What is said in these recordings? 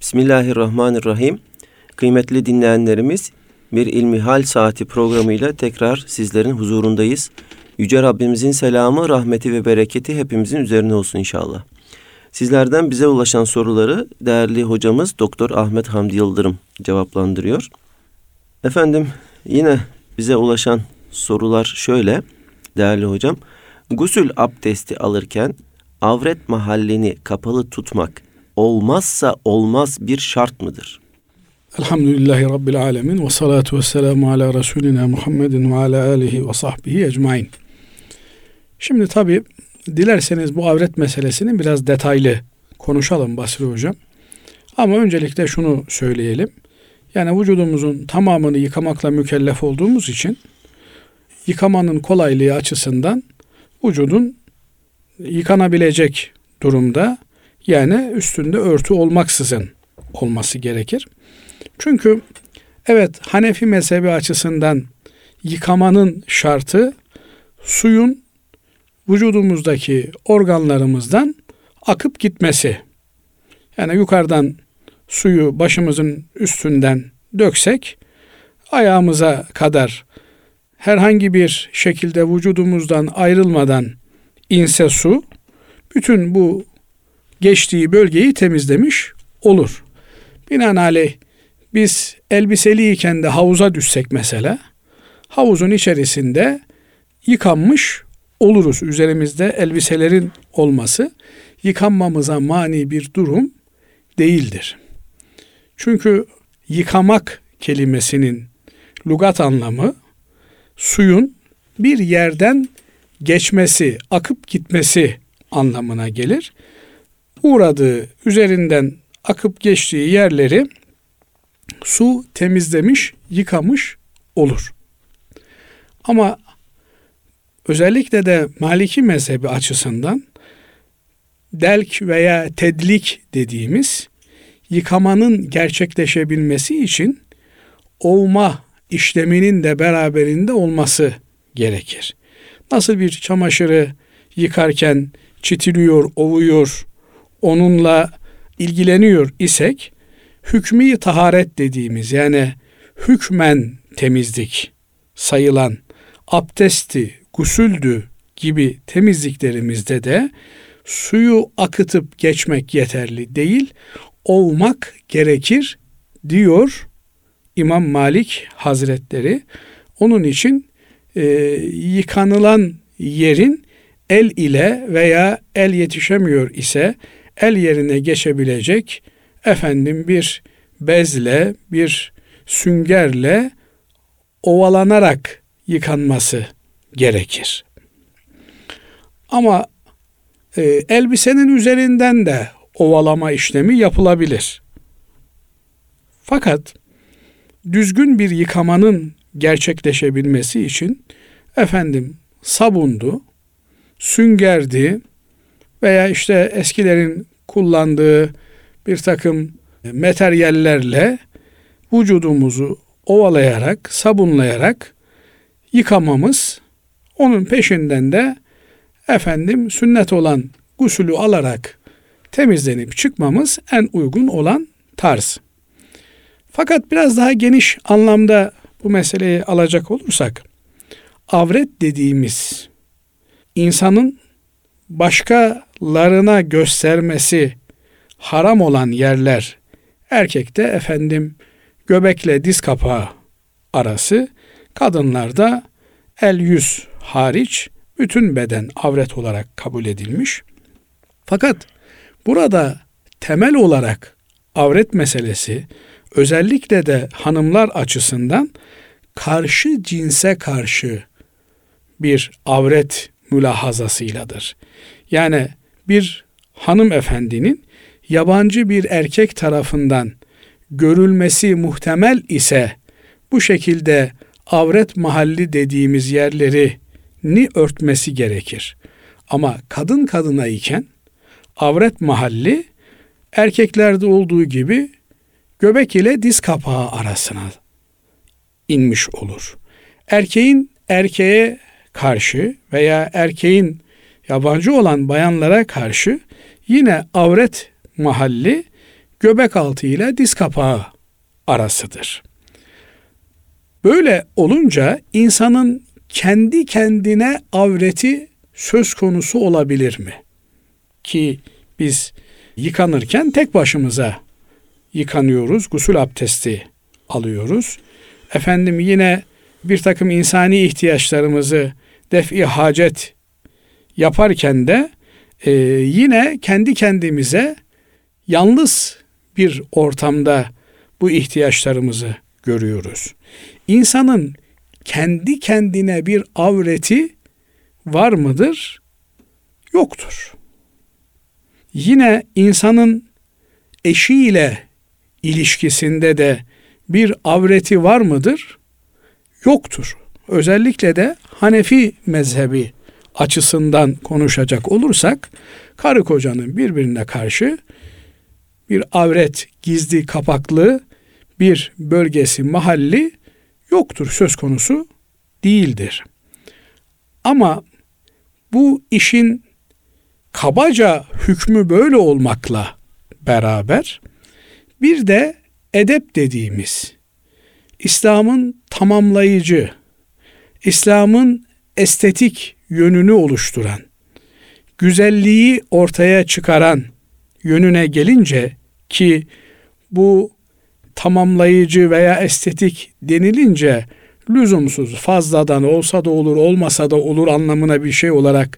Bismillahirrahmanirrahim. Kıymetli dinleyenlerimiz, bir İlmihal Saati programıyla tekrar sizlerin huzurundayız. Yüce Rabbimizin selamı, rahmeti ve bereketi hepimizin üzerine olsun inşallah. Sizlerden bize ulaşan soruları değerli hocamız Doktor Ahmet Hamdi Yıldırım cevaplandırıyor. Efendim, yine bize ulaşan sorular şöyle değerli hocam. Gusül abdesti alırken avret mahallini kapalı tutmak olmazsa olmaz bir şart mıdır? Elhamdülillahi Rabbil alemin ve salatu ve selamu ala Resulina Muhammedin ve ala alihi ve sahbihi ecmain. Şimdi tabi dilerseniz bu avret meselesini biraz detaylı konuşalım Basri Hocam. Ama öncelikle şunu söyleyelim. Yani vücudumuzun tamamını yıkamakla mükellef olduğumuz için yıkamanın kolaylığı açısından vücudun yıkanabilecek durumda, yani üstünde örtü olmaksızın olması gerekir. Çünkü evet, Hanefi mezhebi açısından yıkamanın şartı suyun vücudumuzdaki organlarımızdan akıp gitmesi. Yani yukarıdan suyu başımızın üstünden döksek ayağımıza kadar herhangi bir şekilde vücudumuzdan ayrılmadan inse su, bütün bu geçtiği bölgeyi temizlemiş olur. Binaenaleyh biz elbiseliyken de havuza düşsek mesela, havuzun içerisinde yıkanmış oluruz. Üzerimizde elbiselerin olması yıkanmamıza mani bir durum değildir. Çünkü yıkamak kelimesinin lügat anlamı suyun bir yerden geçmesi, akıp gitmesi anlamına gelir. Uğradığı, üzerinden akıp geçtiği yerleri su temizlemiş, yıkamış olur. Ama özellikle de Maliki mezhebi açısından delk veya tedlik dediğimiz yıkamanın gerçekleşebilmesi için ovma işleminin de beraberinde olması gerekir. Nasıl bir çamaşırı yıkarken çitiliyor, ovuyor, onunla ilgileniyor isek, hükmü taharet dediğimiz, yani hükmen temizlik sayılan abdesti, gusüldü gibi temizliklerimizde de suyu akıtıp geçmek yeterli değil, ovmak gerekir diyor İmam Malik Hazretleri. Onun için yıkanılan yerin el ile veya el yetişemiyor ise el yerine geçebilecek bir bezle, bir süngerle ovalanarak yıkanması gerekir. Ama elbisenin üzerinden de ovalama işlemi yapılabilir. Fakat düzgün bir yıkamanın gerçekleşebilmesi için sabundu, süngerdi veya eskilerin kullandığı bir takım materyallerle vücudumuzu ovalayarak, sabunlayarak yıkamamız, onun peşinden de sünnet olan gusülü alarak temizlenip çıkmamız en uygun olan tarz. Fakat biraz daha geniş anlamda bu meseleyi alacak olursak, avret dediğimiz insanın başkalarına göstermesi haram olan yerler, erkekte göbekle diz kapağı arası, kadınlarda el yüz hariç bütün beden avret olarak kabul edilmiş. Fakat burada temel olarak avret meselesi özellikle de hanımlar açısından karşı cinse karşı bir avret mülahazasıyladır. Yani bir hanımefendinin yabancı bir erkek tarafından görülmesi muhtemel ise bu şekilde avret mahalli dediğimiz yerlerini örtmesi gerekir. Ama kadın kadına iken avret mahalli erkeklerde olduğu gibi göbek ile diz kapağı arasına inmiş olur. Erkeğin erkeğe karşı veya erkeğin yabancı olan bayanlara karşı yine avret mahalli göbek altı ile diz kapağı arasıdır. Böyle olunca insanın kendi kendine avreti söz konusu olabilir mi? Ki biz yıkanırken tek başımıza yıkanıyoruz, gusül abdesti alıyoruz. Efendim yine bir takım insani ihtiyaçlarımızı def-i hacet yaparken de yine kendi kendimize yalnız bir ortamda bu ihtiyaçlarımızı görüyoruz. İnsanın kendi kendine bir avreti var mıdır? Yoktur. Yine insanın eşiyle ilişkisinde de bir avreti var mıdır? Yoktur. Özellikle de Hanefi mezhebi açısından konuşacak olursak, karı kocanın birbirine karşı bir avret, gizli, kapaklı bir bölgesi, mahalli yoktur, söz konusu değildir. Ama bu işin kabaca hükmü böyle olmakla beraber bir de edep dediğimiz, İslam'ın tamamlayıcı, İslam'ın estetik yönünü oluşturan, güzelliği ortaya çıkaran yönüne gelince, ki bu tamamlayıcı veya estetik denilince lüzumsuz, fazladan olsa da olur, olmasa da olur anlamına bir şey olarak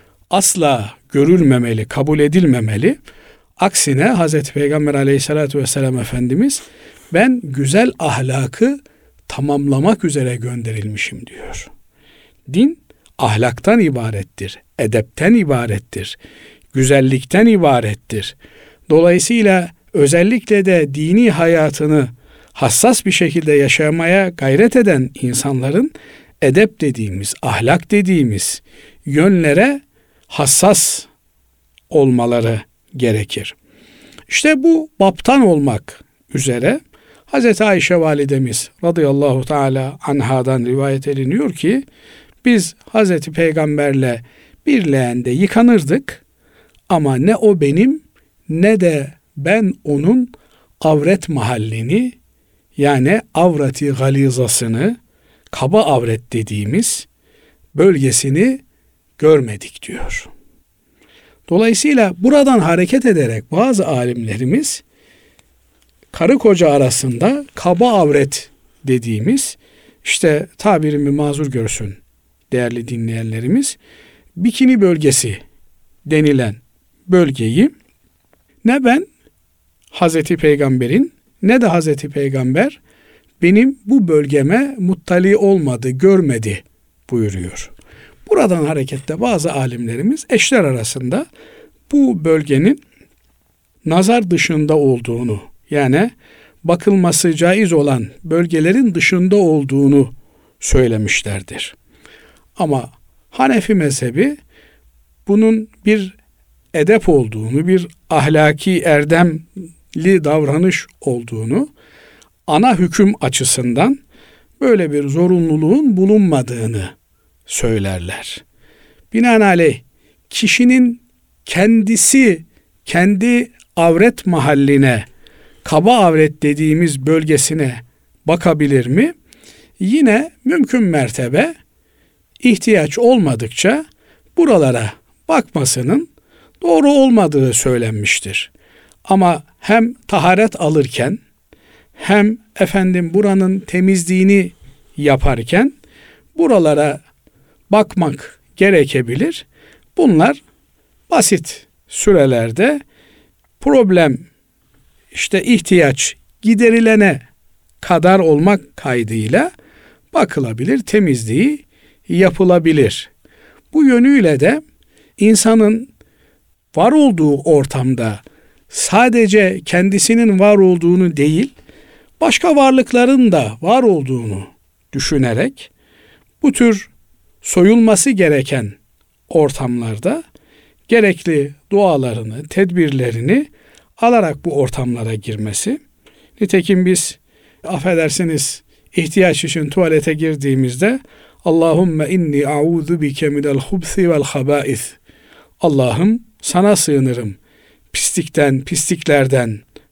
asla görülmemeli, kabul edilmemeli. Aksine Hazreti Peygamber Aleyhisselatü Vesselam Efendimiz, ben güzel ahlakı tamamlamak üzere gönderilmişim diyor. Din ahlaktan ibarettir, edepten ibarettir, güzellikten ibarettir. Dolayısıyla özellikle de dini hayatını hassas bir şekilde yaşamaya gayret eden insanların edep dediğimiz, ahlak dediğimiz yönlere hassas olmaları gerekir. İşte bu baptan olmak üzere Hazreti Ayşe validemiz radıyallahu teala anhadan rivayet ediliyor ki, biz Hazreti Peygamberle bir leğende yıkanırdık ama ne o benim ne de ben onun avret mahallini, yani avreti galizasını, kaba avret dediğimiz bölgesini görmedik diyor. Dolayısıyla buradan hareket ederek bazı alimlerimiz karı koca arasında kaba avret dediğimiz, işte tabirimi mazur görsün değerli dinleyenlerimiz, bikini bölgesi denilen bölgeyi ne ben Hazreti Peygamber'in ne de Hazreti Peygamber benim bu bölgeme muttali olmadı, görmedi buyuruyor. Buradan hareketle bazı alimlerimiz eşler arasında bu bölgenin nazar dışında olduğunu, yani bakılması caiz olan bölgelerin dışında olduğunu söylemişlerdir. Ama Hanefi mezhebi bunun bir edep olduğunu, bir ahlaki erdemli davranış olduğunu, ana hüküm açısından böyle bir zorunluluğun bulunmadığını söylerler. Binaenaleyh kişinin kendisi kendi avret mahalline, kaba avret dediğimiz bölgesine bakabilir mi? Yine mümkün mertebe ihtiyaç olmadıkça buralara bakmasının doğru olmadığı söylenmiştir. Ama hem taharet alırken hem buranın temizliğini yaparken buralara bakmak gerekebilir. Bunlar basit sürelerde problem, işte ihtiyaç giderilene kadar olmak kaydıyla bakılabilir, temizliği yapılabilir. Bu yönüyle de insanın var olduğu ortamda sadece kendisinin var olduğunu değil, başka varlıkların da var olduğunu düşünerek bu tür soyulması gereken ortamlarda gerekli dualarını, tedbirlerini alarak bu ortamlara girmesi. Nitekim biz, affedersiniz, ihtiyaç için tuvalete girdiğimizde Allahümme inni a'udhu bike minel hubthi vel habais. Allah'ım sana sığınırım pislikten, pisliklerden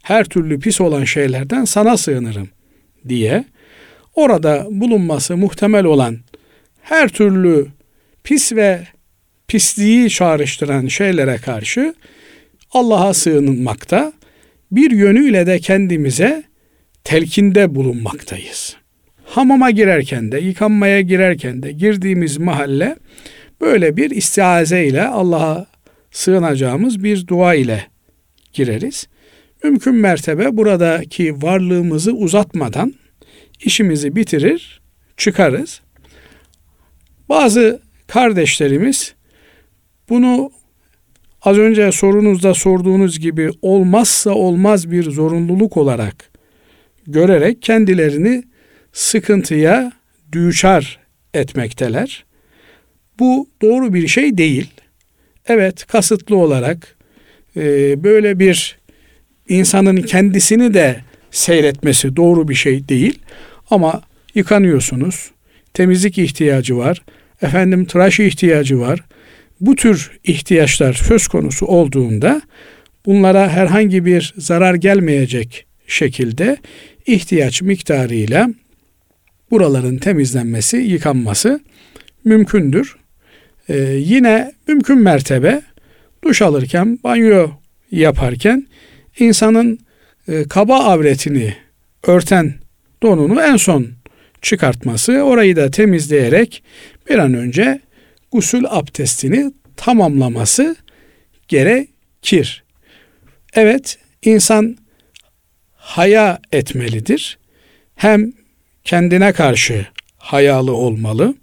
her türlü pis olan şeylerden sana sığınırım diye orada bulunması muhtemel olan her türlü pis ve pisliği çağrıştıran şeylere karşı Allah'a sığınmakta, bir yönüyle de kendimize telkinde bulunmaktayız. Hamama girerken de, yıkanmaya girerken de girdiğimiz mahalle böyle bir istiaze ile Allah'a sığınacağımız bir dua ile gireriz. Mümkün mertebe buradaki varlığımızı uzatmadan işimizi bitirir, çıkarız. Bazı kardeşlerimiz bunu az önce sorunuzda sorduğunuz gibi olmazsa olmaz bir zorunluluk olarak görerek kendilerini sıkıntıya düçar etmekteler. Bu doğru bir şey değil. Evet, kasıtlı olarak böyle bir insanın kendisini de seyretmesi doğru bir şey değil. Ama yıkanıyorsunuz, temizlik ihtiyacı var, tıraş ihtiyacı var. Bu tür ihtiyaçlar söz konusu olduğunda bunlara herhangi bir zarar gelmeyecek şekilde ihtiyaç miktarıyla buraların temizlenmesi, yıkanması mümkündür. Yine mümkün mertebe duş alırken, banyo yaparken insanın kaba avretini örten donunu en son çıkartması, orayı da temizleyerek bir an önce gusül abdestini tamamlaması gerekir. Evet, insan haya etmelidir. Hem kendine karşı hayalı olmalı.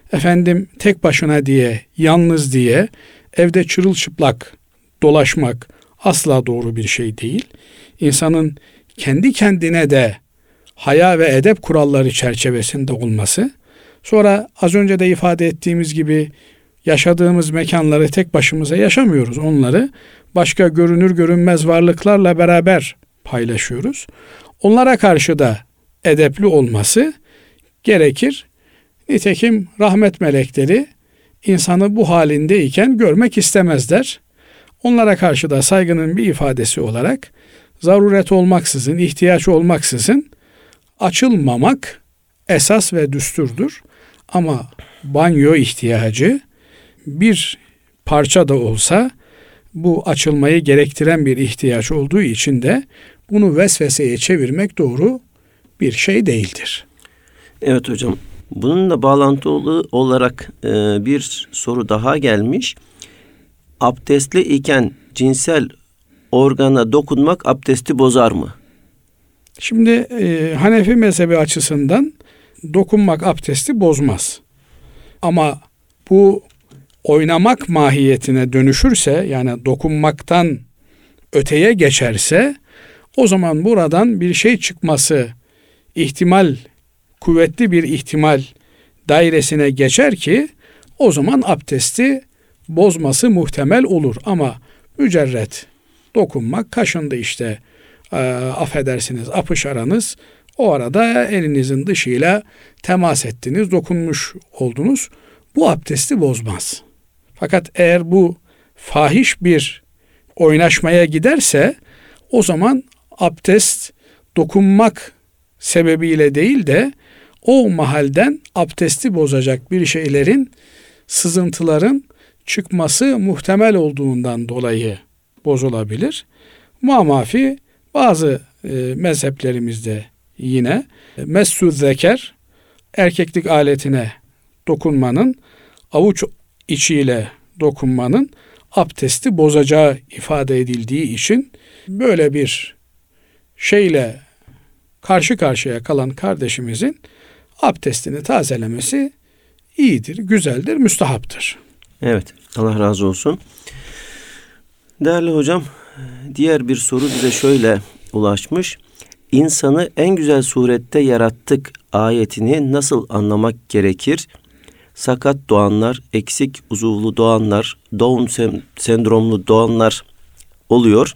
Tek başına diye, yalnız diye evde çırılçıplak dolaşmak asla doğru bir şey değil. İnsanın kendi kendine de haya ve edep kuralları çerçevesinde olması. Sonra az önce de ifade ettiğimiz gibi yaşadığımız mekanları tek başımıza yaşamıyoruz. Onları başka görünür görünmez varlıklarla beraber paylaşıyoruz. Onlara karşı da edepli olması gerekir. Nitekim rahmet melekleri insanı bu halindeyken görmek istemezler. Onlara karşı da saygının bir ifadesi olarak zaruret olmaksızın, ihtiyaç olmaksızın açılmamak esas ve düsturdur. Ama banyo ihtiyacı bir parça da olsa bu açılmayı gerektiren bir ihtiyaç olduğu için de bunu vesveseye çevirmek doğru bir şey değildir. Evet hocam. Bununla bağlantılı olarak bir soru daha gelmiş. Abdestli iken cinsel organa dokunmak abdesti bozar mı? Şimdi Hanefi mezhebi açısından dokunmak abdesti bozmaz. Ama bu oynamak mahiyetine dönüşürse, yani dokunmaktan öteye geçerse, o zaman buradan bir şey çıkması kuvvetli bir ihtimal dairesine geçer ki o zaman abdesti bozması muhtemel olur. Ama mücerret dokunmak, kaşındı işte affedersiniz apış aranız, o arada elinizin dışıyla temas ettiniz, dokunmuş oldunuz. Bu abdesti bozmaz. Fakat eğer bu fahiş bir oynaşmaya giderse o zaman abdest dokunmak sebebiyle değil de o mahalden abdesti bozacak bir şeylerin, sızıntıların çıkması muhtemel olduğundan dolayı bozulabilir. Muamafi bazı mezheplerimizde yine messü zeker, erkeklik aletine dokunmanın, avuç içiyle dokunmanın abdesti bozacağı ifade edildiği için böyle bir şeyle karşı karşıya kalan kardeşimizin abdestini tazelemesi iyidir, güzeldir, müstahaptır. Evet, Allah razı olsun. Değerli hocam, diğer bir soru bize şöyle ulaşmış. İnsanı en güzel surette yarattık ayetini nasıl anlamak gerekir? Sakat doğanlar, eksik uzuvlu doğanlar, Down sendromlu doğanlar oluyor.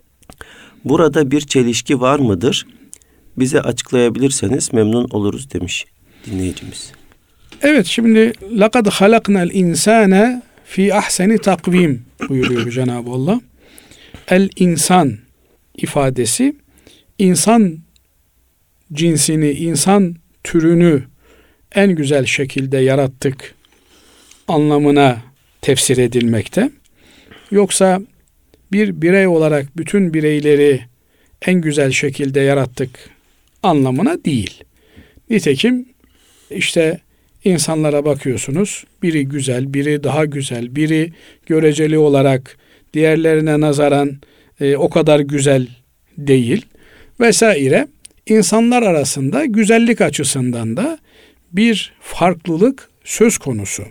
Burada bir çelişki var mıdır? Bize açıklayabilirseniz memnun oluruz demiş dinleyicimiz. Evet, şimdi لَقَدْ خَلَقْنَا الْاِنْسَانَ فِي اَحْسَنِ takvim buyuruyor Cenab-ı Allah. El insan, ifadesi insan cinsini, insan türünü en güzel şekilde yarattık anlamına tefsir edilmekte. Yoksa bir birey olarak bütün bireyleri en güzel şekilde yarattık anlamına değil. Nitekim işte insanlara bakıyorsunuz, biri güzel, biri daha güzel, biri göreceli olarak diğerlerine nazaran o kadar güzel değil vesaire. İnsanlar arasında güzellik açısından da bir farklılık söz konusu.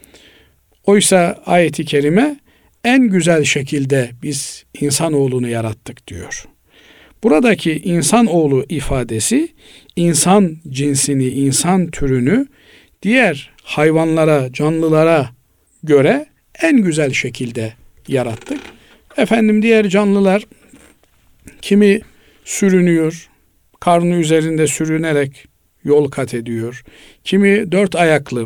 Oysa ayet-i kerime en güzel şekilde biz insanoğlunu yarattık diyor. Buradaki insanoğlu ifadesi insan cinsini, insan türünü diğer hayvanlara, canlılara göre en güzel şekilde yarattık. Efendim diğer canlılar kimi sürünüyor, karnı üzerinde sürünerek yol kat ediyor. Kimi dört ayaklı,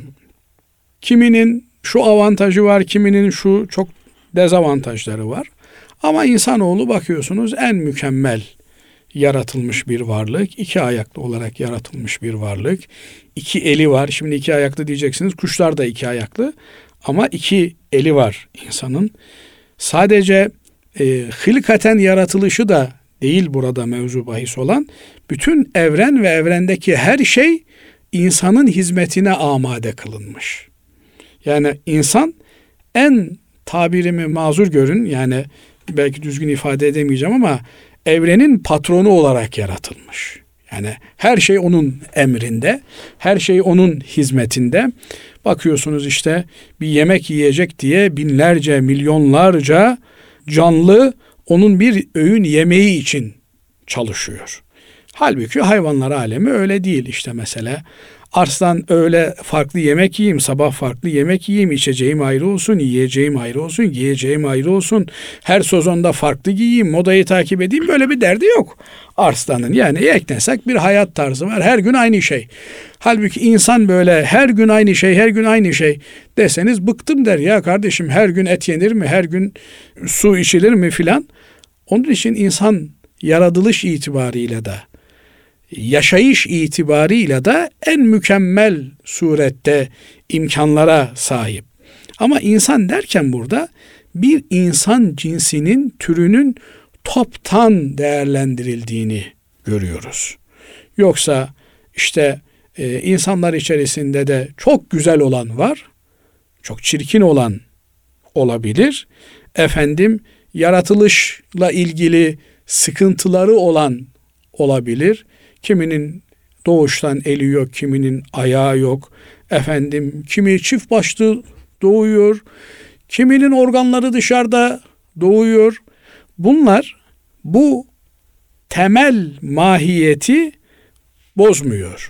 kiminin şu avantajı var, kiminin şu çok dezavantajları var. Ama insanoğlu bakıyorsunuz en mükemmel yaratılmış bir varlık. İki ayaklı olarak yaratılmış bir varlık. İki eli var. Şimdi iki ayaklı diyeceksiniz. Kuşlar da iki ayaklı. Ama iki eli var insanın. Sadece hılkaten yaratılışı da değil burada mevzu bahis olan. Bütün evren ve evrendeki her şey insanın hizmetine amade kılınmış. Yani insan en tabirimi mazur görün. Yani belki düzgün ifade edemeyeceğim ama evrenin patronu olarak yaratılmış. Yani her şey onun emrinde, her şey onun hizmetinde. Bakıyorsunuz işte bir yemek yiyecek diye binlerce, milyonlarca canlı onun bir öğün yemeği için çalışıyor. Halbuki hayvanlar alemi öyle değil. İşte mesela arslan öyle farklı yemek yiyeyim, sabah farklı yemek yiyeyim, içeceğim ayrı olsun, yiyeceğim ayrı olsun, giyeceğim ayrı olsun. Her sezonda farklı giyeyim, modayı takip edeyim, böyle bir derdi yok arslanın. Yani eknesek bir hayat tarzı var, her gün aynı şey. Halbuki insan böyle her gün aynı şey, her gün aynı şey deseniz bıktım der. Ya kardeşim her gün et yenir mi, her gün su içilir mi filan. Onun için insan yaratılış itibarıyla da, yaşayış itibarıyla da en mükemmel surette imkanlara sahip. Ama insan derken burada bir insan cinsinin türünün toptan değerlendirildiğini görüyoruz. Yoksa işte insanlar içerisinde de çok güzel olan var, çok çirkin olan olabilir. Efendim yaratılışla ilgili sıkıntıları olan olabilir. Kiminin doğuştan eli yok, kiminin ayağı yok. Efendim kimi çift başlı doğuyor, kiminin organları dışarıda doğuyor. Bunlar bu temel mahiyeti bozmuyor.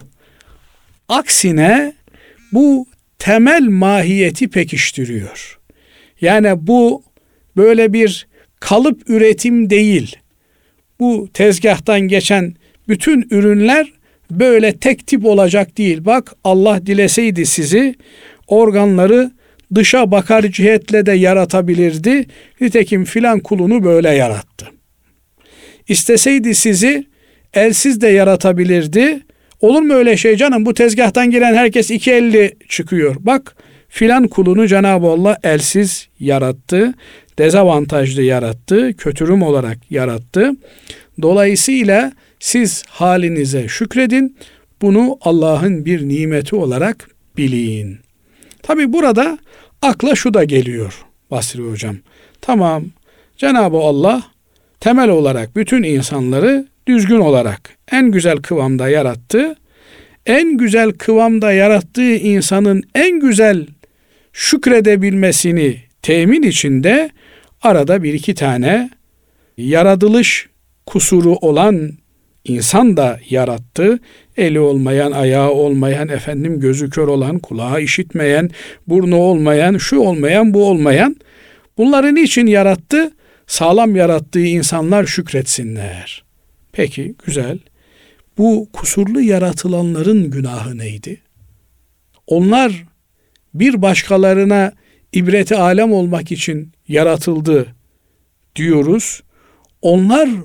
Aksine bu temel mahiyeti pekiştiriyor. Yani bu böyle bir kalıp üretim değil. Bu tezgahtan geçen bütün ürünler böyle tek tip olacak değil. Bak Allah dileseydi sizi organları dışa bakar cihetle de yaratabilirdi. Nitekim filan kulunu böyle yarattı. İsteseydi sizi elsiz de yaratabilirdi. Olur mu öyle şey canım? Bu tezgahtan giren herkes iki elli çıkıyor. Bak filan kulunu Cenab-ı Allah elsiz yarattı. Dezavantajlı yarattı. Kötürüm olarak yarattı. Dolayısıyla siz halinize şükredin. Bunu Allah'ın bir nimeti olarak bilin. Tabi burada akla şu da geliyor Basri Hocam. Tamam, Cenab-ı Allah temel olarak bütün insanları düzgün olarak en güzel kıvamda yarattı. En güzel kıvamda yarattığı insanın en güzel şükredebilmesini temin içinde arada bir iki tane yaratılış kusuru olan insan da yarattı. Eli olmayan, ayağı olmayan, gözü kör olan, kulağı işitmeyen, burnu olmayan, şu olmayan, bu olmayan. Bunları niçin yarattı? Sağlam yarattığı insanlar şükretsinler. Peki, güzel. Bu kusurlu yaratılanların günahı neydi? Onlar bir başkalarına ibreti alem olmak için yaratıldı diyoruz. Onlar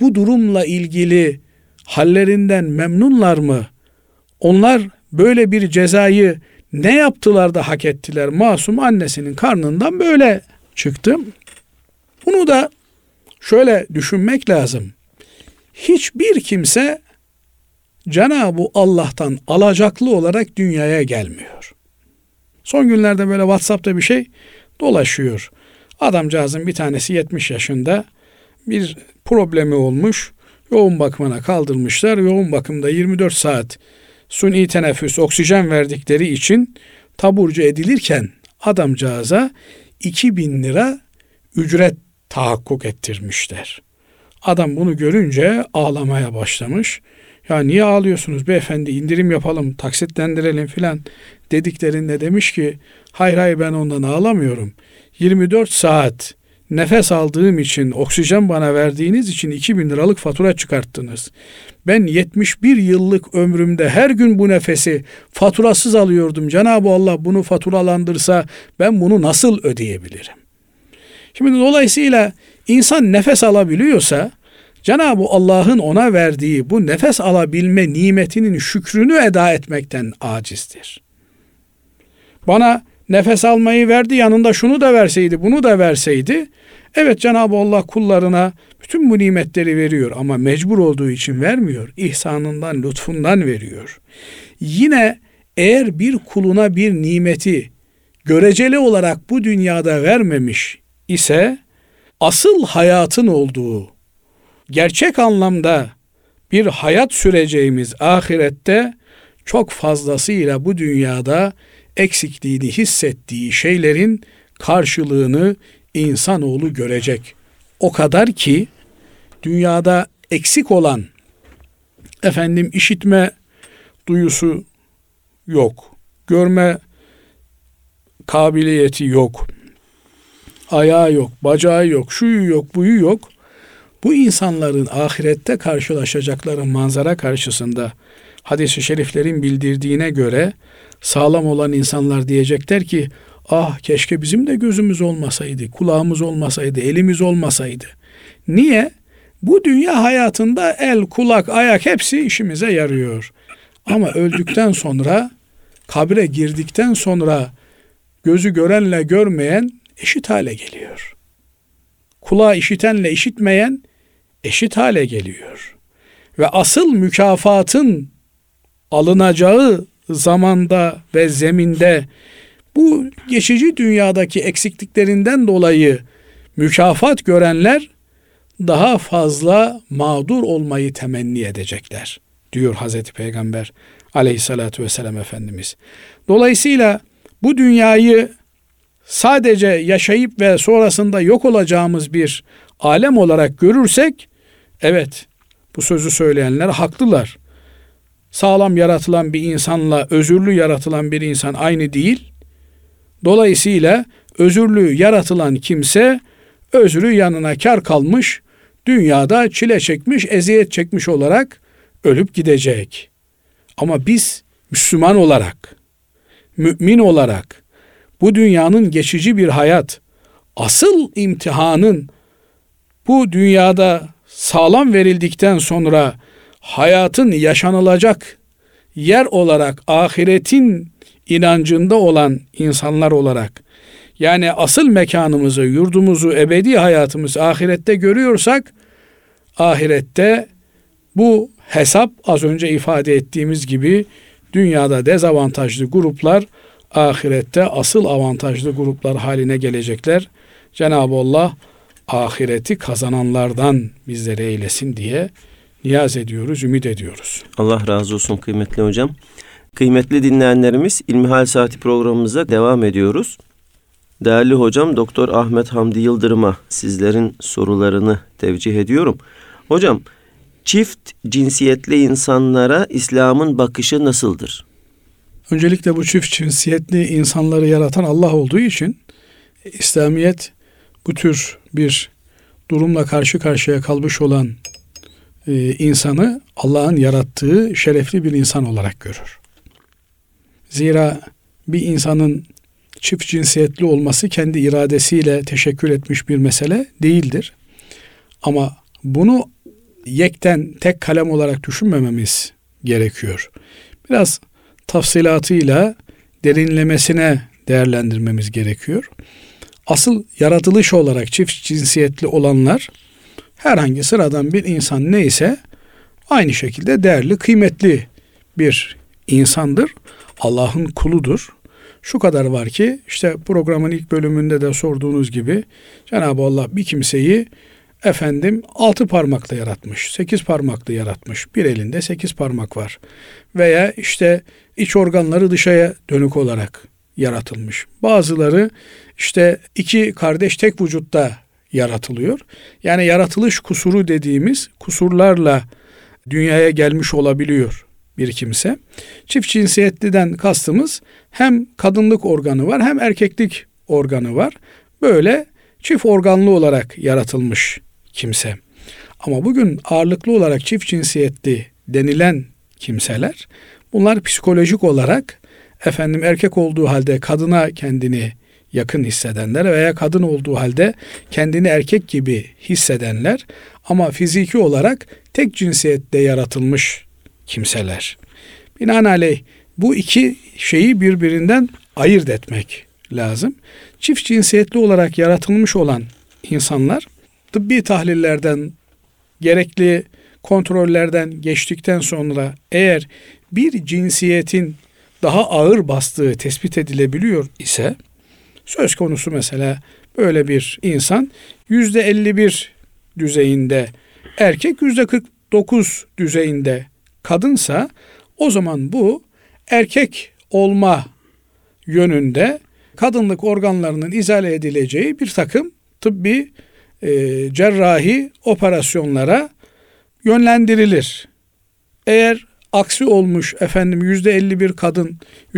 bu durumla ilgili hallerinden memnunlar mı? Onlar böyle bir cezayı ne yaptılar da hak ettiler? Masum annesinin karnından böyle çıktı. Bunu da şöyle düşünmek lazım. Hiçbir kimse Cenab-ı Allah'tan alacaklı olarak dünyaya gelmiyor. Son günlerde böyle WhatsApp'ta bir şey dolaşıyor. Adamcağızın bir tanesi 70 yaşında, bir problemi olmuş. Yoğun bakımına kaldırmışlar. Yoğun bakımda 24 saat suni teneffüs, oksijen verdikleri için taburcu edilirken adamcağıza 2.000 lira ücret tahakkuk ettirmişler. Adam bunu görünce ağlamaya başlamış. Ya niye ağlıyorsunuz beyefendi, indirim yapalım, taksitlendirelim filan dediklerinde demiş ki hayır ben ondan ağlamıyorum. 24 saat nefes aldığım için, oksijen bana verdiğiniz için 2.000 liralık fatura çıkarttınız. Ben 71 yıllık ömrümde her gün bu nefesi faturasız alıyordum. Cenab-ı Allah bunu faturalandırsa ben bunu nasıl ödeyebilirim? Şimdi dolayısıyla insan nefes alabiliyorsa Cenab-ı Allah'ın ona verdiği bu nefes alabilme nimetinin şükrünü eda etmekten acizdir. Bana nefes almayı verdi, yanında şunu da verseydi, bunu da verseydi, evet Cenab-ı Allah kullarına bütün bu nimetleri veriyor ama mecbur olduğu için vermiyor. İhsanından, lütfundan veriyor. Yine eğer bir kuluna bir nimeti göreceli olarak bu dünyada vermemiş ise asıl hayatın olduğu, gerçek anlamda bir hayat süreceğimiz ahirette çok fazlasıyla bu dünyada eksikliğini hissettiği şeylerin karşılığını insanoğlu görecek. O kadar ki dünyada eksik olan işitme duyusu yok, görme kabiliyeti yok, ayağı yok, bacağı yok, şuyu yok, buyu yok. Bu insanların ahirette karşılaşacakları manzara karşısında hadis-i şeriflerin bildirdiğine göre sağlam olan insanlar diyecekler ki ah keşke bizim de gözümüz olmasaydı, kulağımız olmasaydı, elimiz olmasaydı. Niye? Bu dünya hayatında el, kulak, ayak hepsi işimize yarıyor. Ama öldükten sonra, kabre girdikten sonra gözü görenle görmeyen eşit hale geliyor. Kulağı işitenle işitmeyen eşit hale geliyor. Ve asıl mükafatın alınacağı zamanda ve zeminde bu geçici dünyadaki eksikliklerinden dolayı mükafat görenler daha fazla mağdur olmayı temenni edecekler diyor Hazreti Peygamber aleyhissalatü vesselam Efendimiz. Dolayısıyla bu dünyayı sadece yaşayıp ve sonrasında yok olacağımız bir alem olarak görürsek, evet bu sözü söyleyenler haklılar. Sağlam yaratılan bir insanla özürlü yaratılan bir insan aynı değil. Dolayısıyla özürlü yaratılan kimse özrü yanına kar kalmış, dünyada çile çekmiş, eziyet çekmiş olarak ölüp gidecek. Ama biz Müslüman olarak, mümin olarak bu dünyanın geçici bir hayat, asıl imtihanın bu dünyada sağlam verildikten sonra hayatın yaşanılacak yer olarak ahiretin inancında olan insanlar olarak, yani asıl mekanımızı, yurdumuzu, ebedi hayatımızı ahirette görüyorsak, ahirette bu hesap az önce ifade ettiğimiz gibi dünyada dezavantajlı gruplar ahirette asıl avantajlı gruplar haline gelecekler. Cenab-ı Allah ahireti kazananlardan bizleri eylesin diye niyaz ediyoruz, ümit ediyoruz. Allah razı olsun kıymetli hocam. Kıymetli dinleyenlerimiz, İlmihal Saati programımıza devam ediyoruz. Değerli hocam Doktor Ahmet Hamdi Yıldırım'a sizlerin sorularını tevcih ediyorum. Hocam, çift cinsiyetli insanlara İslam'ın bakışı nasıldır? Öncelikle bu çift cinsiyetli insanları yaratan Allah olduğu için İslamiyet bu tür bir durumla karşı karşıya kalmış olan insanı Allah'ın yarattığı şerefli bir insan olarak görür. Zira bir insanın çift cinsiyetli olması kendi iradesiyle teşekkül etmiş bir mesele değildir. Ama bunu yekten tek kalem olarak düşünmememiz gerekiyor. Biraz tafsilatıyla derinlemesine değerlendirmemiz gerekiyor. Asıl yaratılış olarak çift cinsiyetli olanlar herhangi sıradan bir insan neyse aynı şekilde değerli, kıymetli bir insandır. Allah'ın kuludur. Şu kadar var ki işte programın ilk bölümünde de sorduğunuz gibi Cenab-ı Allah bir kimseyi 6 parmakla yaratmış, 8 parmakla yaratmış. Bir elinde 8 parmak var. Veya işte iç organları dışaya dönük olarak yaratılmış. Bazıları işte 2 kardeş tek vücutta yaratılıyor. Yani yaratılış kusuru dediğimiz kusurlarla dünyaya gelmiş olabiliyor bir kimse. Çift cinsiyetliden kastımız hem kadınlık organı var hem erkeklik organı var. Böyle çift organlı olarak yaratılmış kimse. Ama bugün ağırlıklı olarak çift cinsiyetli denilen kimseler, bunlar psikolojik olarak erkek olduğu halde kadına kendini yakın hissedenler veya kadın olduğu halde kendini erkek gibi hissedenler ama fiziki olarak tek cinsiyette yaratılmış kimseler. Binaenaleyh bu iki şeyi birbirinden ayırt etmek lazım. Çift cinsiyetli olarak yaratılmış olan insanlar tıbbi tahlillerden, gerekli kontrollerden geçtikten sonra eğer bir cinsiyetin daha ağır bastığı tespit edilebiliyor ise, söz konusu mesela böyle bir insan %51 düzeyinde erkek, %49 düzeyinde kadınsa, o zaman bu erkek olma yönünde kadınlık organlarının izale edileceği bir takım tıbbi cerrahi operasyonlara yönlendirilir. Eğer aksi olmuş %51 kadın,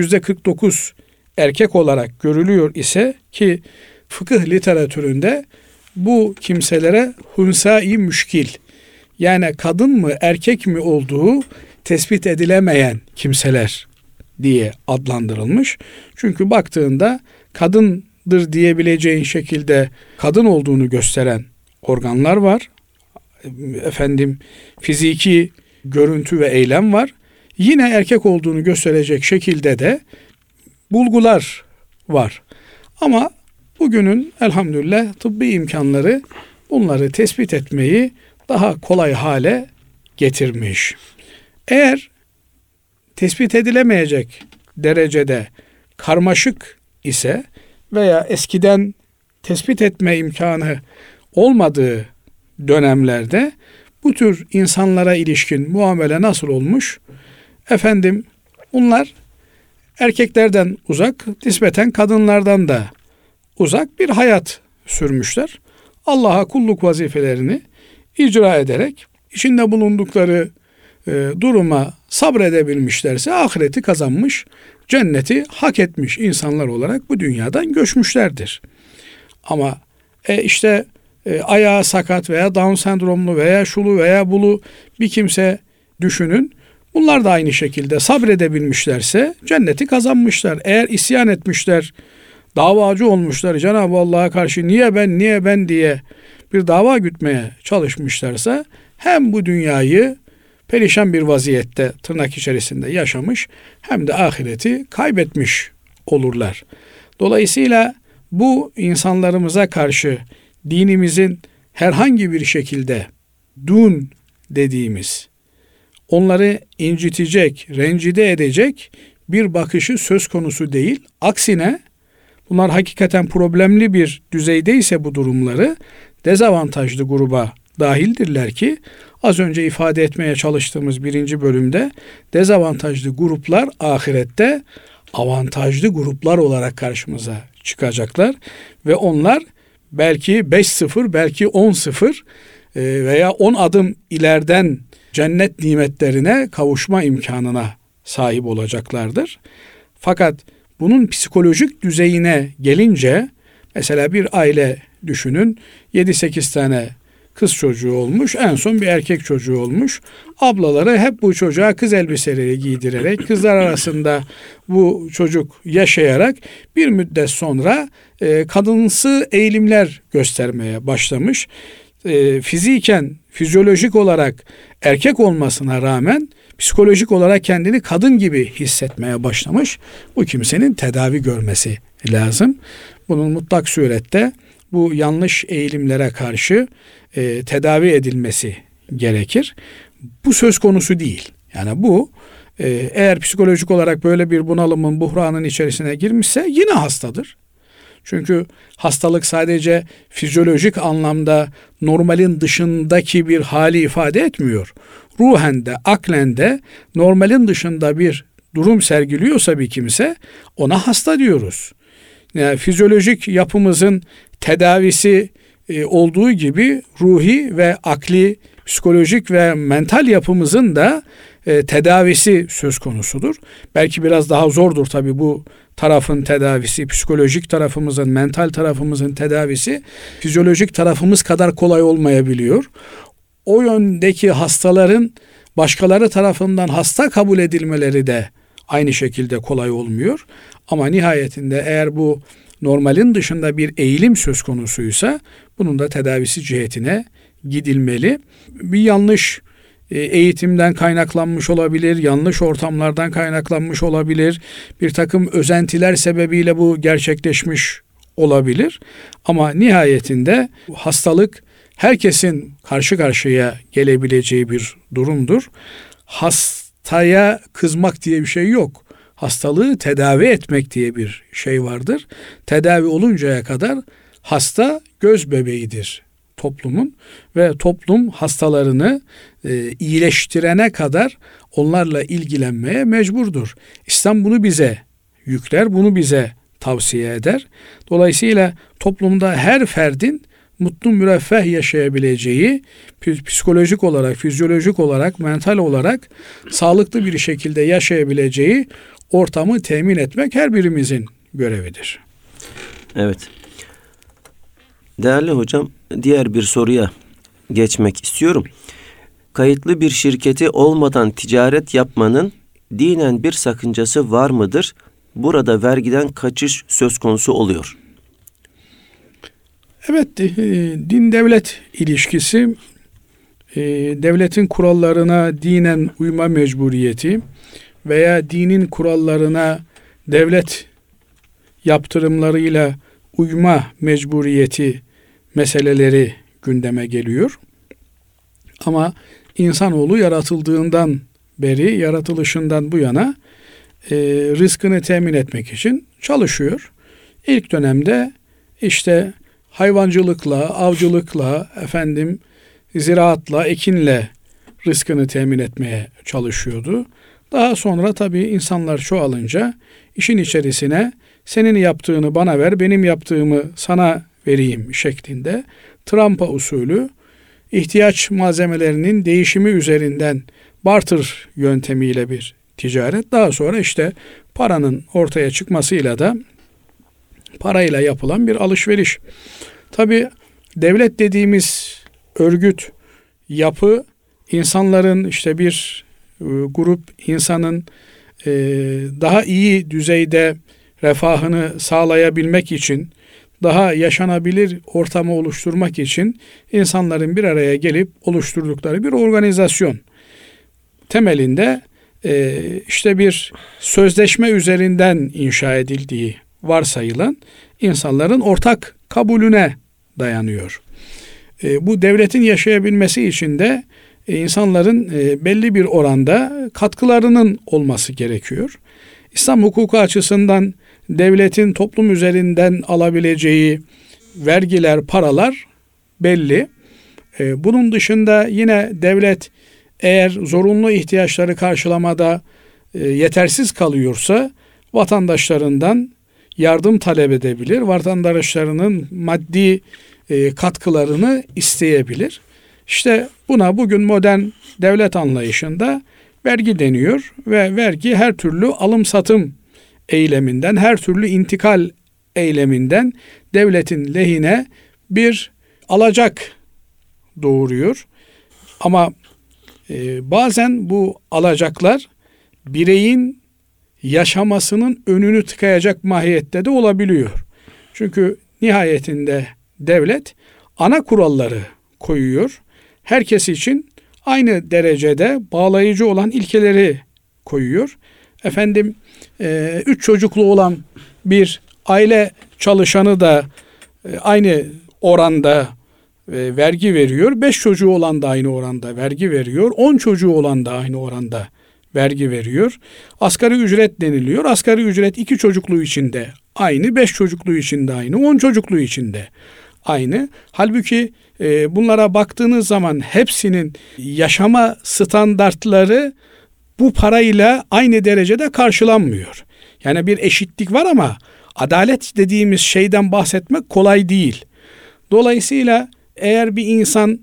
%49 erkek olarak görülüyor ise, ki fıkıh literatüründe bu kimselere hunsai müşkil, yani kadın mı erkek mi olduğu tespit edilemeyen kimseler diye adlandırılmış. Çünkü baktığında kadındır diyebileceğin şekilde kadın olduğunu gösteren organlar var. Fiziki görüntü ve eylem var. Yine erkek olduğunu gösterecek şekilde de bulgular var. Ama bugünün elhamdülillah tıbbi imkanları bunları tespit etmeyi daha kolay hale getirmiş. Eğer tespit edilemeyecek derecede karmaşık ise veya eskiden tespit etme imkanı olmadığı dönemlerde bu tür insanlara ilişkin muamele nasıl olmuş? Bunlar erkeklerden uzak, nispeten kadınlardan da uzak bir hayat sürmüşler. Allah'a kulluk vazifelerini icra ederek içinde bulundukları duruma sabredebilmişlerse ahireti kazanmış, cenneti hak etmiş insanlar olarak bu dünyadan göçmüşlerdir. Ama ayağı sakat veya Down sendromlu veya şulu veya bulu bir kimse düşünün. Bunlar da aynı şekilde sabredebilmişlerse cenneti kazanmışlar. Eğer isyan etmişler, davacı olmuşlar, Cenab-ı Allah'a karşı niye ben diye bir dava gütmeye çalışmışlarsa, hem bu dünyayı perişan bir vaziyette tırnak içerisinde yaşamış, hem de ahireti kaybetmiş olurlar. Dolayısıyla bu insanlarımıza karşı dinimizin herhangi bir şekilde dun dediğimiz, onları incitecek, rencide edecek bir bakışı söz konusu değil. Aksine bunlar hakikaten problemli bir düzeydeyse bu durumları dezavantajlı gruba dahildirler ki az önce ifade etmeye çalıştığımız 1. bölümde dezavantajlı gruplar ahirette avantajlı gruplar olarak karşımıza çıkacaklar ve onlar belki 5-0, belki 10-0 veya 10 adım ileriden cennet nimetlerine kavuşma imkanına sahip olacaklardır. Fakat bunun psikolojik düzeyine gelince, mesela bir aile düşünün, 7-8 tane kız çocuğu olmuş, en son bir erkek çocuğu olmuş. Ablaları hep bu çocuğa kız elbiseleri giydirerek, kızlar arasında bu çocuk yaşayarak bir müddet sonra kadınsı eğilimler göstermeye başlamış. Fiziken fizyolojik olarak erkek olmasına rağmen psikolojik olarak kendini kadın gibi hissetmeye başlamış. Bu kimsenin tedavi görmesi lazım. Bunun mutlak surette bu yanlış eğilimlere karşı tedavi edilmesi gerekir. Bu söz konusu değil. Yani bu eğer psikolojik olarak böyle bir bunalımın, buhranın içerisine girmişse yine hastadır. Çünkü hastalık sadece fizyolojik anlamda normalin dışındaki bir hali ifade etmiyor. Ruhen de, aklen de normalin dışında bir durum sergiliyorsa bir kimse, ona hasta diyoruz. Yani fizyolojik yapımızın tedavisi olduğu gibi ruhi ve akli, psikolojik ve mental yapımızın da tedavisi söz konusudur. Belki biraz daha zordur tabii bu tarafın tedavisi, psikolojik tarafımızın, mental tarafımızın tedavisi fizyolojik tarafımız kadar kolay olmayabiliyor. O yöndeki hastaların başkaları tarafından hasta kabul edilmeleri de aynı şekilde kolay olmuyor. Ama nihayetinde eğer bu normalin dışında bir eğilim söz konusuysa bunun da tedavisi cihetine gidilmeli. Bir yanlış eğitimden kaynaklanmış olabilir, yanlış ortamlardan kaynaklanmış olabilir, bir takım özentiler sebebiyle bu gerçekleşmiş olabilir. Ama nihayetinde hastalık herkesin karşı karşıya gelebileceği bir durumdur. Hastaya kızmak diye bir şey yok. Hastalığı tedavi etmek diye bir şey vardır. Tedavi oluncaya kadar hasta göz bebeğidir toplumun ve toplum hastalarını iyileştirene kadar onlarla ilgilenmeye mecburdur. İslam bunu bize yükler, bunu bize tavsiye eder. Dolayısıyla toplumda her ferdin mutlu müreffeh yaşayabileceği, psikolojik olarak, fizyolojik olarak, mental olarak sağlıklı bir şekilde yaşayabileceği ortamı temin etmek her birimizin görevidir. Evet. Değerli hocam, diğer bir soruya geçmek istiyorum. Kayıtlı bir şirketi olmadan ticaret yapmanın dinen bir sakıncası var mıdır? Burada vergiden kaçış söz konusu oluyor. Evet, din devlet ilişkisi, devletin kurallarına dinen uyma mecburiyeti veya dinin kurallarına devlet yaptırımlarıyla uyma mecburiyeti meseleleri gündeme geliyor. Ama insanoğlu yaratıldığından beri, yaratılışından bu yana rızkını temin etmek için çalışıyor. İlk dönemde işte hayvancılıkla, avcılıkla, ziraatla, ekinle rızkını temin etmeye çalışıyordu. Daha sonra tabii insanlar çoğalınca işin içerisine senin yaptığını bana ver, benim yaptığımı sana vereyim şeklinde trampa usulü ihtiyaç malzemelerinin değişimi üzerinden barter yöntemiyle bir ticaret. Daha sonra işte paranın ortaya çıkmasıyla da parayla yapılan bir alışveriş. Tabii devlet dediğimiz örgüt, yapı insanların işte bir grup insanın daha iyi düzeyde refahını sağlayabilmek için, daha yaşanabilir ortamı oluşturmak için insanların bir araya gelip oluşturdukları bir organizasyon. Temelinde işte bir sözleşme üzerinden inşa edildiği varsayılan insanların ortak kabulüne dayanıyor. Bu devletin yaşayabilmesi için de insanların belli bir oranda katkılarının olması gerekiyor. İslam hukuku açısından devletin toplum üzerinden alabileceği vergiler, paralar belli. Bunun dışında yine devlet eğer zorunlu ihtiyaçları karşılamada yetersiz kalıyorsa vatandaşlarından yardım talep edebilir. Vatandaşlarının maddi katkılarını isteyebilir. İşte buna bugün modern devlet anlayışında vergi deniyor ve vergi her türlü alım-satım eyleminden, her türlü intikal eyleminden devletin lehine bir alacak doğuruyor. Ama bazen bu alacaklar bireyin yaşamasının önünü tıkayacak mahiyette de olabiliyor. Çünkü nihayetinde devlet ana kuralları koyuyor. herkes için aynı derecede bağlayıcı olan ilkeleri koyuyor. Efendim 3 çocuklu olan bir aile çalışanı da aynı oranda vergi veriyor. 5 çocuğu olan da aynı oranda vergi veriyor. 10 çocuğu olan da aynı oranda vergi veriyor. Asgari ücret deniliyor. Asgari ücret 2 çocuklu için de aynı, 5 çocuklu için de aynı, 10 çocuklu için de aynı. Halbuki bunlara baktığınız zaman hepsinin yaşama standartları bu parayla aynı derecede karşılanmıyor. Yani bir eşitlik var ama adalet dediğimiz şeyden bahsetmek kolay değil. Dolayısıyla eğer bir insan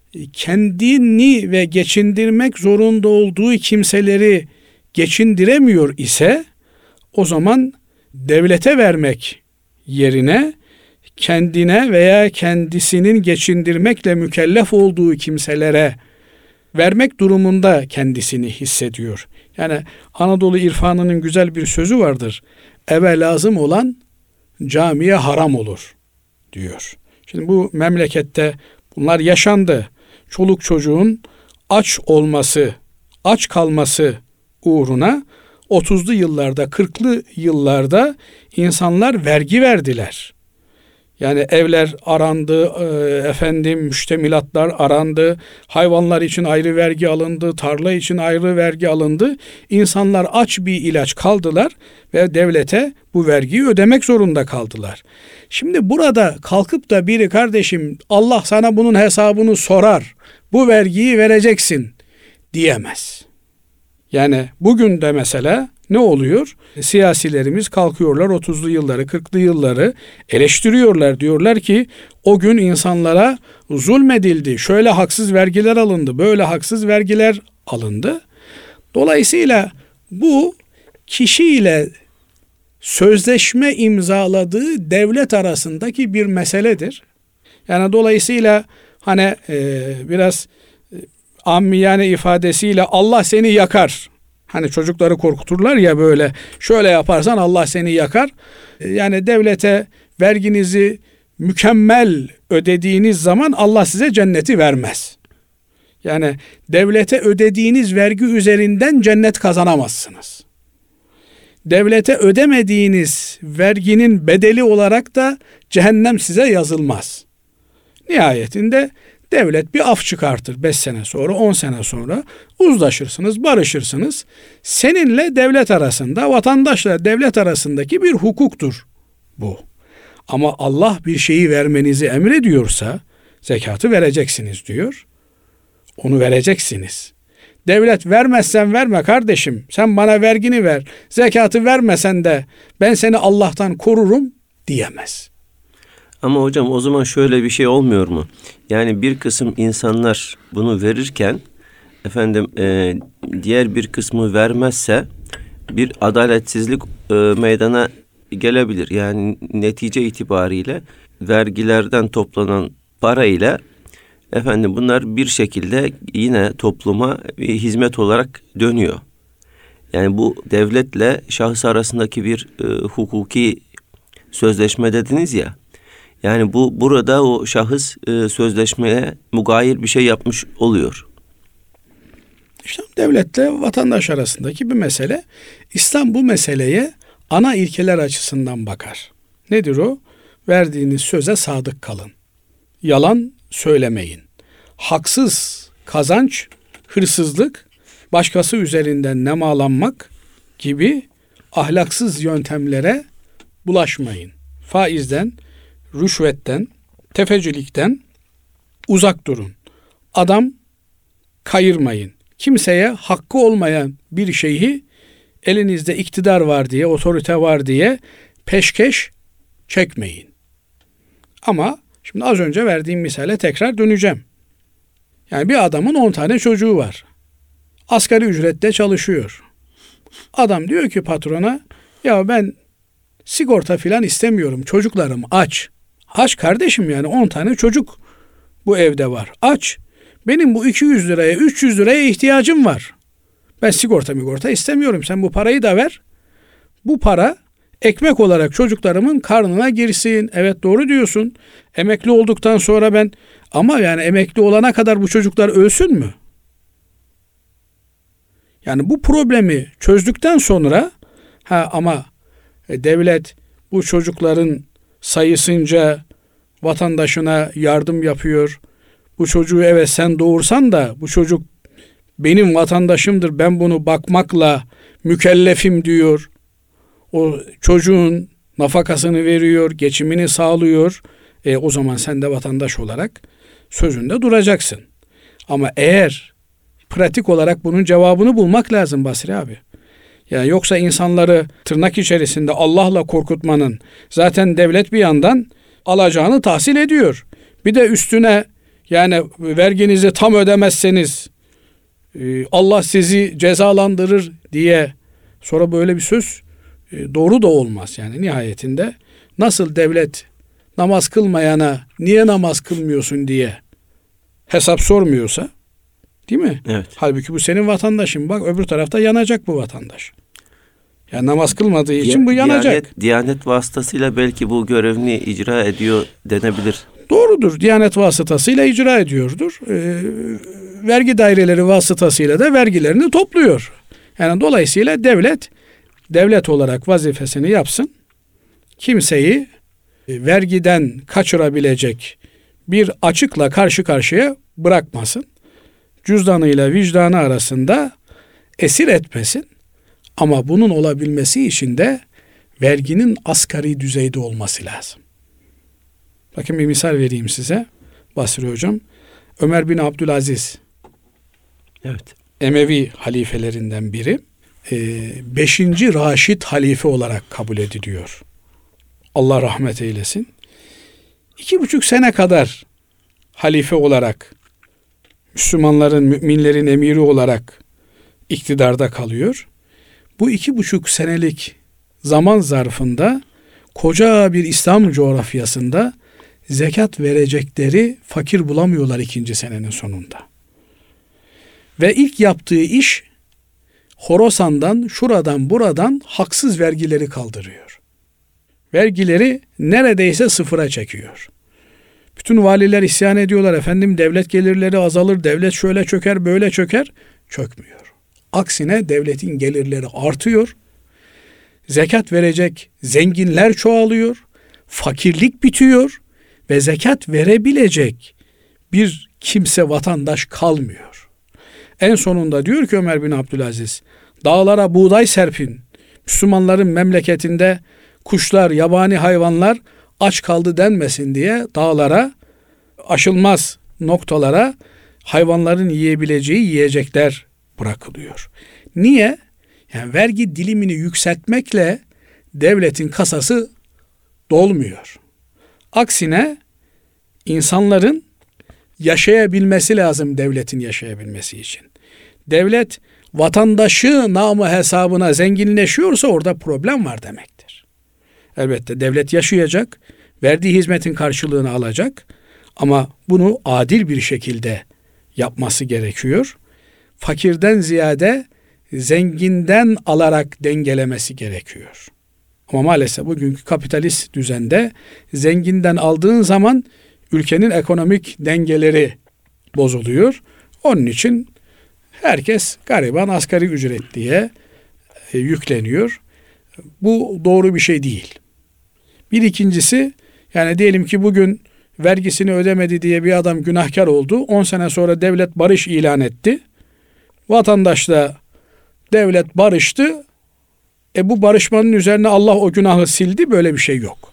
kendini ve geçindirmek zorunda olduğu kimseleri geçindiremiyor ise o zaman devlete vermek yerine kendine veya kendisinin geçindirmekle mükellef olduğu kimselere vermek durumunda kendisini hissediyor. Yani Anadolu irfanının güzel bir sözü vardır. Eve lazım olan camiye haram olur diyor. Şimdi bu memlekette bunlar yaşandı. Çoluk çocuğun aç olması, aç kalması uğruna 30'lu yıllarda, 40'lı yıllarda insanlar vergi verdiler. Yani evler arandı, müştemilatlar arandı, hayvanlar için ayrı vergi alındı, tarla için ayrı vergi alındı. İnsanlar aç bir ilaç kaldılar ve devlete bu vergiyi ödemek zorunda kaldılar. Şimdi burada kalkıp da biri kardeşim Allah sana bunun hesabını sorar, bu vergiyi vereceksin diyemez. Yani bugün de mesela ne oluyor? Siyasilerimiz kalkıyorlar 30'lu yılları, 40'lı yılları eleştiriyorlar. Diyorlar ki o gün insanlara zulmedildi. Şöyle haksız vergiler alındı, böyle haksız vergiler alındı. Dolayısıyla bu kişiyle sözleşme imzaladığı devlet arasındaki bir meseledir. Yani dolayısıyla hani biraz ammiyane ifadesiyle Allah seni yakar. Hani çocukları korkuturlar ya böyle şöyle yaparsan Allah seni yakar. Yani devlete verginizi mükemmel ödediğiniz zaman Allah size cenneti vermez. Yani devlete ödediğiniz vergi üzerinden cennet kazanamazsınız. Devlete ödemediğiniz verginin bedeli olarak da cehennem size yazılmaz. Nihayetinde devlet bir af çıkartır 5 sene sonra, 10 sene sonra uzlaşırsınız, barışırsınız. Seninle devlet arasında, vatandaşla devlet arasındaki bir hukuktur bu. Ama Allah bir şeyi vermenizi emrediyorsa zekatı vereceksiniz diyor. Onu vereceksiniz. Devlet vermezsen verme kardeşim, sen bana vergini ver, zekatı vermesen de ben seni Allah'tan korurum diyemez. Ama hocam o zaman şöyle bir şey olmuyor mu? Yani bir kısım insanlar bunu verirken diğer bir kısmı vermezse bir adaletsizlik meydana gelebilir. Yani netice itibariyle vergilerden toplanan parayla bunlar bir şekilde yine topluma bir hizmet olarak dönüyor. Yani bu devletle şahıs arasındaki bir hukuki sözleşme dediniz ya. Yani burada o şahıs sözleşmeye mugayir bir şey yapmış oluyor. İşte devletle vatandaş arasındaki bir mesele. İslam bu meseleye ana ilkeler açısından bakar. Nedir o? Verdiğiniz söze sadık kalın. Yalan söylemeyin. Haksız kazanç, hırsızlık, başkası üzerinden nemalanmak gibi ahlaksız yöntemlere bulaşmayın. Faizden, rüşvetten, tefecilikten uzak durun. Adam kayırmayın. Kimseye hakkı olmayan bir şeyi elinizde iktidar var diye, otorite var diye peşkeş çekmeyin. Ama şimdi az önce verdiğim misale tekrar döneceğim. Yani bir adamın 10 tane çocuğu var. Asgari ücretle çalışıyor. Adam diyor ki patrona, ya ben sigorta filan istemiyorum. Çocuklarım aç. Aç kardeşim, yani 10 tane çocuk bu evde var. Aç. Benim bu 200 liraya, 300 liraya ihtiyacım var. Ben sigorta istemiyorum. Sen bu parayı da ver. Bu para ekmek olarak çocuklarımın karnına girsin. Evet, doğru diyorsun. Emekli olduktan sonra ben Ama yani emekli olana kadar bu çocuklar ölsün mü? Yani bu problemi çözdükten sonra ama devlet bu çocukların sayısınca vatandaşına yardım yapıyor. Bu çocuğu evet sen doğursan da bu çocuk benim vatandaşımdır, ben bunu bakmakla mükellefim diyor. O çocuğun nafakasını veriyor, geçimini sağlıyor. O zaman sen de vatandaş olarak sözünde duracaksın. Ama eğer pratik olarak bunun cevabını bulmak lazım Basri abi. Yani yoksa insanları tırnak içerisinde Allah'la korkutmanın, zaten devlet bir yandan alacağını tahsil ediyor. Bir de üstüne yani verginizi tam ödemezseniz Allah sizi cezalandırır diye sonra böyle bir söz doğru da olmaz. Yani nihayetinde nasıl devlet namaz kılmayana niye namaz kılmıyorsun diye hesap sormuyorsa, değil mi? Evet. Halbuki bu senin vatandaşın. Bak öbür tarafta yanacak bu vatandaş. Yani namaz kılmadığı için bu yanacak. Diyanet vasıtasıyla belki bu görevini icra ediyor denebilir. Doğrudur. Diyanet vasıtasıyla icra ediyordur. Vergi daireleri vasıtasıyla da vergilerini topluyor. Yani dolayısıyla devlet olarak vazifesini yapsın. Kimseyi vergiden kaçırabilecek bir açıkla karşı karşıya bırakmasın. Cüzdanıyla vicdanı arasında esir etmesin. Ama bunun olabilmesi için de verginin asgari düzeyde olması lazım. Bakın bir misal vereyim size Basri Hocam. Ömer bin Abdülaziz, evet, Emevi halifelerinden biri, 5. Raşid halife olarak kabul ediliyor. Allah rahmet eylesin. 2,5 sene kadar halife olarak, Müslümanların, müminlerin emiri olarak iktidarda kalıyor. Bu 2,5 senelik zaman zarfında koca bir İslam coğrafyasında zekat verecekleri fakir bulamıyorlar 2. senenin sonunda. Ve ilk yaptığı iş Horasan'dan, şuradan, buradan haksız vergileri kaldırıyor. Vergileri neredeyse sıfıra çekiyor. Bütün valiler isyan ediyorlar. Efendim devlet gelirleri azalır, devlet şöyle çöker, böyle çöker. Çökmüyor. Aksine devletin gelirleri artıyor. Zekat verecek zenginler çoğalıyor. Fakirlik bitiyor. Ve zekat verebilecek bir kimse, vatandaş kalmıyor. En sonunda diyor ki Ömer bin Abdülaziz, dağlara buğday serpin. Müslümanların memleketinde kuşlar, yabani hayvanlar aç kaldı denmesin diye dağlara, aşılmaz noktalara hayvanların yiyebileceği yiyecekler bırakılıyor. Niye? Yani vergi dilimini yükseltmekle devletin kasası dolmuyor. Aksine insanların yaşayabilmesi lazım, devletin yaşayabilmesi için. Devlet vatandaşı namı hesabına zenginleşiyorsa orada problem var demektir. Elbette devlet yaşayacak, verdiği hizmetin karşılığını alacak ama bunu adil bir şekilde yapması gerekiyor. Fakirden ziyade zenginden alarak dengelemesi gerekiyor. Ama maalesef bugünkü kapitalist düzende zenginden aldığın zaman ülkenin ekonomik dengeleri bozuluyor. Onun için herkes gariban asgari ücret diye yükleniyor. Bu doğru bir şey değil. Bir ikincisi, yani diyelim ki bugün vergisini ödemedi diye bir adam günahkar oldu. 10 sene sonra devlet barış ilan etti. Vatandaşla devlet barıştı. Bu barışmanın üzerine Allah o günahı sildi. Böyle bir şey yok.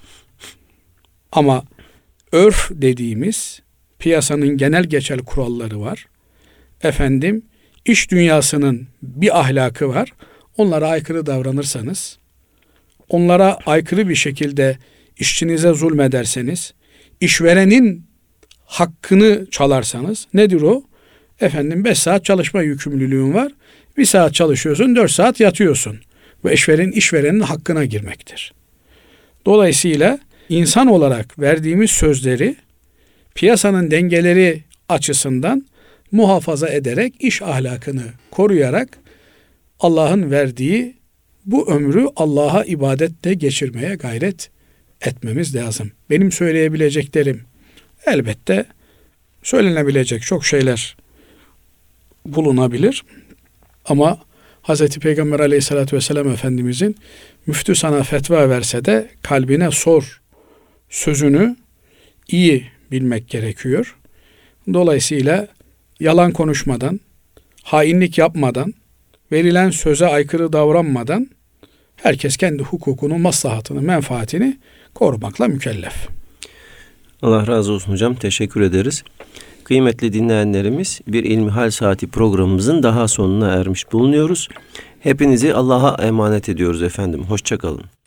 Ama örf dediğimiz piyasanın genel geçer kuralları var. Efendim, iş dünyasının bir ahlakı var. Onlara aykırı davranırsanız, onlara aykırı bir şekilde işçinize zulmederseniz, işverenin hakkını çalarsanız, nedir o? Efendim 5 saat çalışma yükümlülüğün var. 1 saat çalışıyorsun, 4 saat yatıyorsun. Bu işverenin hakkına girmektir. Dolayısıyla insan olarak verdiğimiz sözleri piyasanın dengeleri açısından muhafaza ederek, iş ahlakını koruyarak Allah'ın verdiği bu ömrü Allah'a ibadette geçirmeye gayret etmemiz lazım. Benim söyleyebileceklerim elbette söylenebilecek çok şeyler bulunabilir. Ama Hz. Peygamber aleyhissalatü vesselam Efendimizin müftü sana fetva verse de kalbine sor sözünü iyi bilmek gerekiyor. Dolayısıyla yalan konuşmadan, hainlik yapmadan, verilen söze aykırı davranmadan herkes kendi hukukunu, maslahatını, menfaatini korumakla mükellef. Allah razı olsun hocam. Teşekkür ederiz. Kıymetli dinleyenlerimiz, bir İlmihal Saati programımızın daha sonuna ermiş bulunuyoruz. Hepinizi Allah'a emanet ediyoruz efendim. Hoşça kalın.